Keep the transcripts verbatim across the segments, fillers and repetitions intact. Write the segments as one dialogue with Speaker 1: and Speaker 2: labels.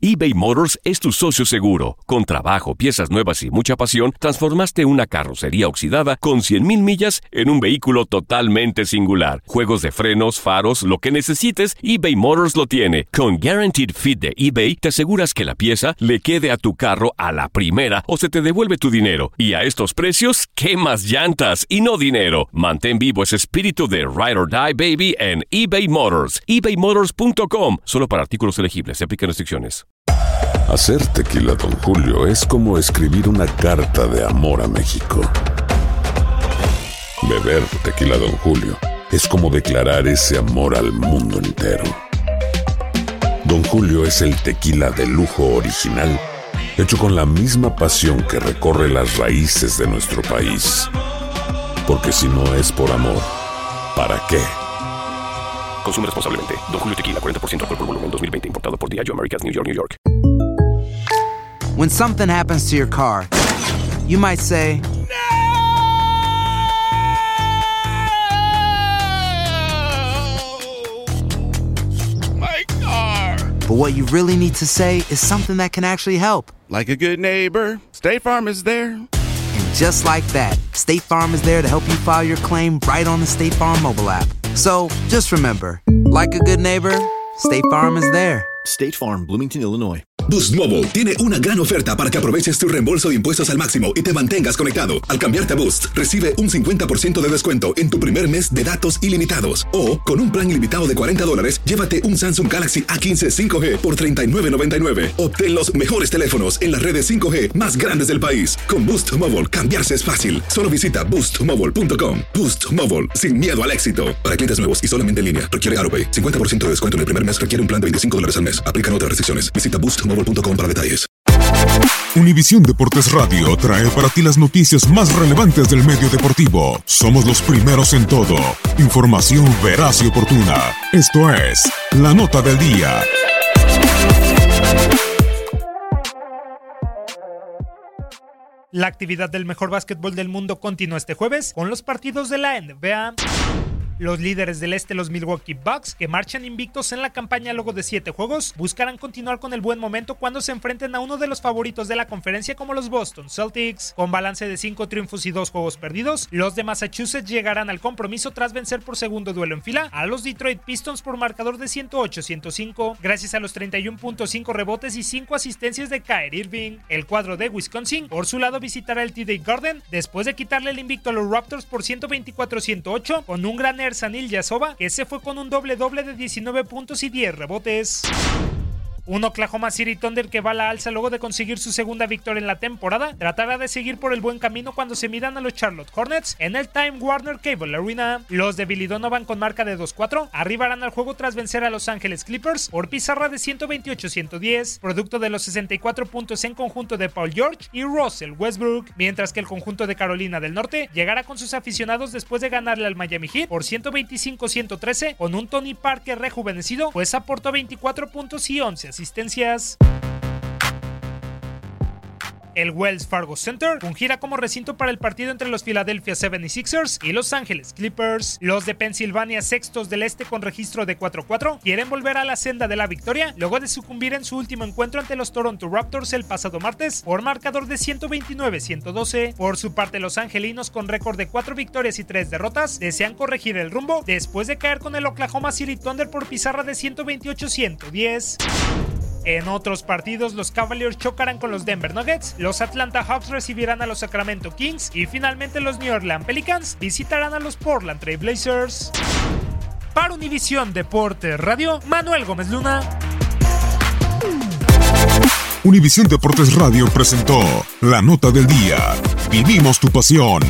Speaker 1: eBay Motors es tu socio seguro. Con trabajo, piezas nuevas y mucha pasión, transformaste una carrocería oxidada con cien mil millas en un vehículo totalmente singular. Juegos de frenos, faros, lo que necesites, eBay Motors lo tiene. Con Guaranteed Fit de eBay, te aseguras que la pieza le quede a tu carro a la primera o se te devuelve tu dinero. Y a estos precios, ¿qué más llantas y no dinero? Mantén vivo ese espíritu de Ride or Die, baby, en eBay Motors. ebay motors punto com. Solo para artículos elegibles. Se aplican restricciones.
Speaker 2: Hacer tequila Don Julio es como escribir una carta de amor a México. Beber tequila Don Julio es como declarar ese amor al mundo entero. Don Julio es el tequila de lujo original, hecho con la misma pasión que recorre las raíces de nuestro país. Porque si no es por amor, ¿para qué?
Speaker 1: Consume responsablemente. Don Julio Tequila, cuarenta por ciento alcohol por volumen, dos mil veinte. Importado por Diageo Americas, New York, New York.
Speaker 3: When something happens to your car, you might say,
Speaker 4: My car!
Speaker 3: but what you really need to say is something that can actually help.
Speaker 4: Like a good neighbor, State Farm is there.
Speaker 3: And just like that, State Farm is there to help you file your claim right on the State Farm mobile app. So, just remember, like a good neighbor, State Farm is there.
Speaker 5: State Farm, Bloomington, Illinois.
Speaker 6: Boost Mobile tiene una gran oferta para que aproveches tu reembolso de impuestos al máximo y te mantengas conectado. Al cambiarte a Boost, recibe un cincuenta por ciento de descuento en tu primer mes de datos ilimitados. O, con un plan ilimitado de cuarenta dólares, llévate un Samsung Galaxy A quince cinco G por treinta y nueve noventa y nueve. Obtén los mejores teléfonos en las redes cinco G más grandes del país. Con Boost Mobile, cambiarse es fácil. Solo visita boost mobile punto com. Boost Mobile, sin miedo al éxito. Para clientes nuevos y solamente en línea, requiere AutoPay. cincuenta por ciento de descuento en el primer mes, requiere un plan de veinticinco dólares al mes. Aplican otras restricciones. Visita boost mobile punto com para detalles.
Speaker 7: Univisión Deportes Radio trae para ti las noticias más relevantes del medio deportivo. Somos los primeros en todo. Información veraz y oportuna. Esto es La Nota del Día.
Speaker 8: La actividad del mejor básquetbol del mundo continúa este jueves con los partidos de la N B A. Los líderes del este, los Milwaukee Bucks, que marchan invictos en la campaña luego de siete juegos, buscarán continuar con el buen momento cuando se enfrenten a uno de los favoritos de la conferencia como los Boston Celtics. Con balance de cinco triunfos y dos juegos perdidos, los de Massachusetts llegarán al compromiso tras vencer por segundo duelo en fila a los Detroit Pistons por marcador de ciento ocho a ciento cinco, gracias a los treinta y uno punto cinco rebotes y cinco asistencias de Kyrie Irving. El cuadro de Wisconsin, por su lado, visitará el T D Garden después de quitarle el invicto a los Raptors por ciento veinticuatro a ciento ocho, con un gran Ersan Ilyasova, que se fue con un doble doble de diecinueve puntos y diez rebotes. Un Oklahoma City Thunder que va a la alza luego de conseguir su segunda victoria en la temporada, tratará de seguir por el buen camino cuando se midan a los Charlotte Hornets en el Time Warner Cable Arena. Los de Billy Donovan, con marca de dos cuatro, arribarán al juego tras vencer a Los Ángeles Clippers por pizarra de ciento veintiocho a ciento diez, producto de los sesenta y cuatro puntos en conjunto de Paul George y Russell Westbrook, mientras que el conjunto de Carolina del Norte llegará con sus aficionados después de ganarle al Miami Heat por ciento veinticinco a ciento trece, con un Tony Parker rejuvenecido, pues aportó veinticuatro puntos y once asistencias. El Wells Fargo Center fungirá como recinto para el partido entre los Philadelphia setenta y seis ers y Los Ángeles Clippers. Los de Pensilvania, sextos del este con registro de cuatro cuatro, quieren volver a la senda de la victoria luego de sucumbir en su último encuentro ante los Toronto Raptors el pasado martes por marcador de ciento veintinueve a ciento doce. Por su parte, los angelinos, con récord de cuatro victorias y tres derrotas, desean corregir el rumbo después de caer con el Oklahoma City Thunder por pizarra de ciento veintiocho a ciento diez. En otros partidos, los Cavaliers chocarán con los Denver Nuggets, los Atlanta Hawks recibirán a los Sacramento Kings y finalmente los New Orleans Pelicans visitarán a los Portland Trail Blazers. Para Univisión Deportes Radio, Manuel Gómez Luna.
Speaker 7: Univisión Deportes Radio presentó La Nota del Día. Vivimos tu pasión.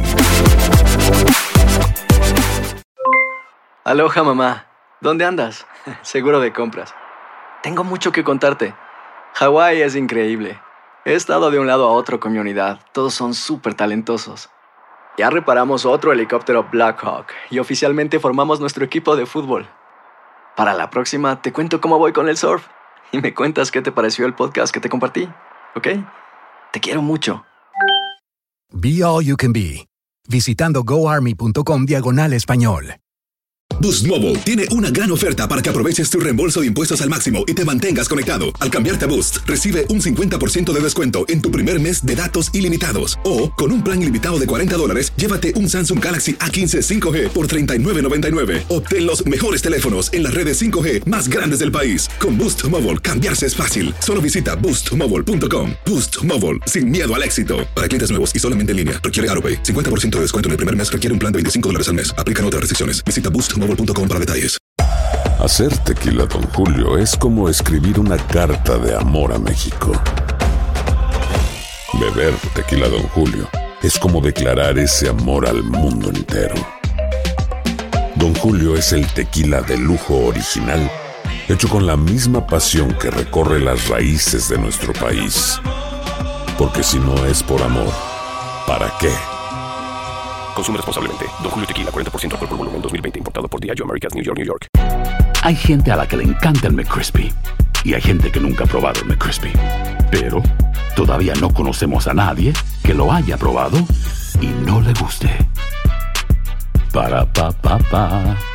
Speaker 9: Aloha, mamá. ¿Dónde andas? Seguro de compras. Tengo mucho que contarte. Hawái es increíble. He estado de un lado a otro con mi unidad. Todos son súper talentosos. Ya reparamos otro helicóptero Blackhawk y oficialmente formamos nuestro equipo de fútbol. Para la próxima te cuento cómo voy con el surf y me cuentas qué te pareció el podcast que te compartí, ¿ok? Te quiero mucho.
Speaker 10: Be All You Can Be. Visitando goarmy punto com diagonal español.
Speaker 6: Boost Mobile tiene una gran oferta para que aproveches tu reembolso de impuestos al máximo y te mantengas conectado. Al cambiarte a Boost, recibe un cincuenta por ciento de descuento en tu primer mes de datos ilimitados. O, con un plan ilimitado de cuarenta dólares, llévate un Samsung Galaxy A quince cinco G por treinta y nueve noventa y nueve. Obtén los mejores teléfonos en las redes cinco G más grandes del país. Con Boost Mobile, cambiarse es fácil. Solo visita boost mobile punto com. Boost Mobile, sin miedo al éxito. Para clientes nuevos y solamente en línea, requiere AutoPay. cincuenta por ciento de descuento en el primer mes requiere un plan de veinticinco dólares al mes. Aplican otras restricciones. Visita boost mobile punto com para detalles.
Speaker 2: Hacer tequila Don Julio es como escribir una carta de amor a México. Beber tequila Don Julio es como declarar ese amor al mundo entero. Don Julio es el tequila de lujo original, hecho con la misma pasión que recorre las raíces de nuestro país. Porque si no es por amor, ¿para qué?
Speaker 1: Consume responsablemente. Don Julio Tequila, cuarenta por ciento alcohol por volumen, dos mil veinte, importado por Diageo Americas, New York, New York.
Speaker 10: Hay gente a la que le encanta el McCrispy y hay gente que nunca ha probado el McCrispy. Pero todavía no conocemos a nadie que lo haya probado y no le guste. Para pa pa pa.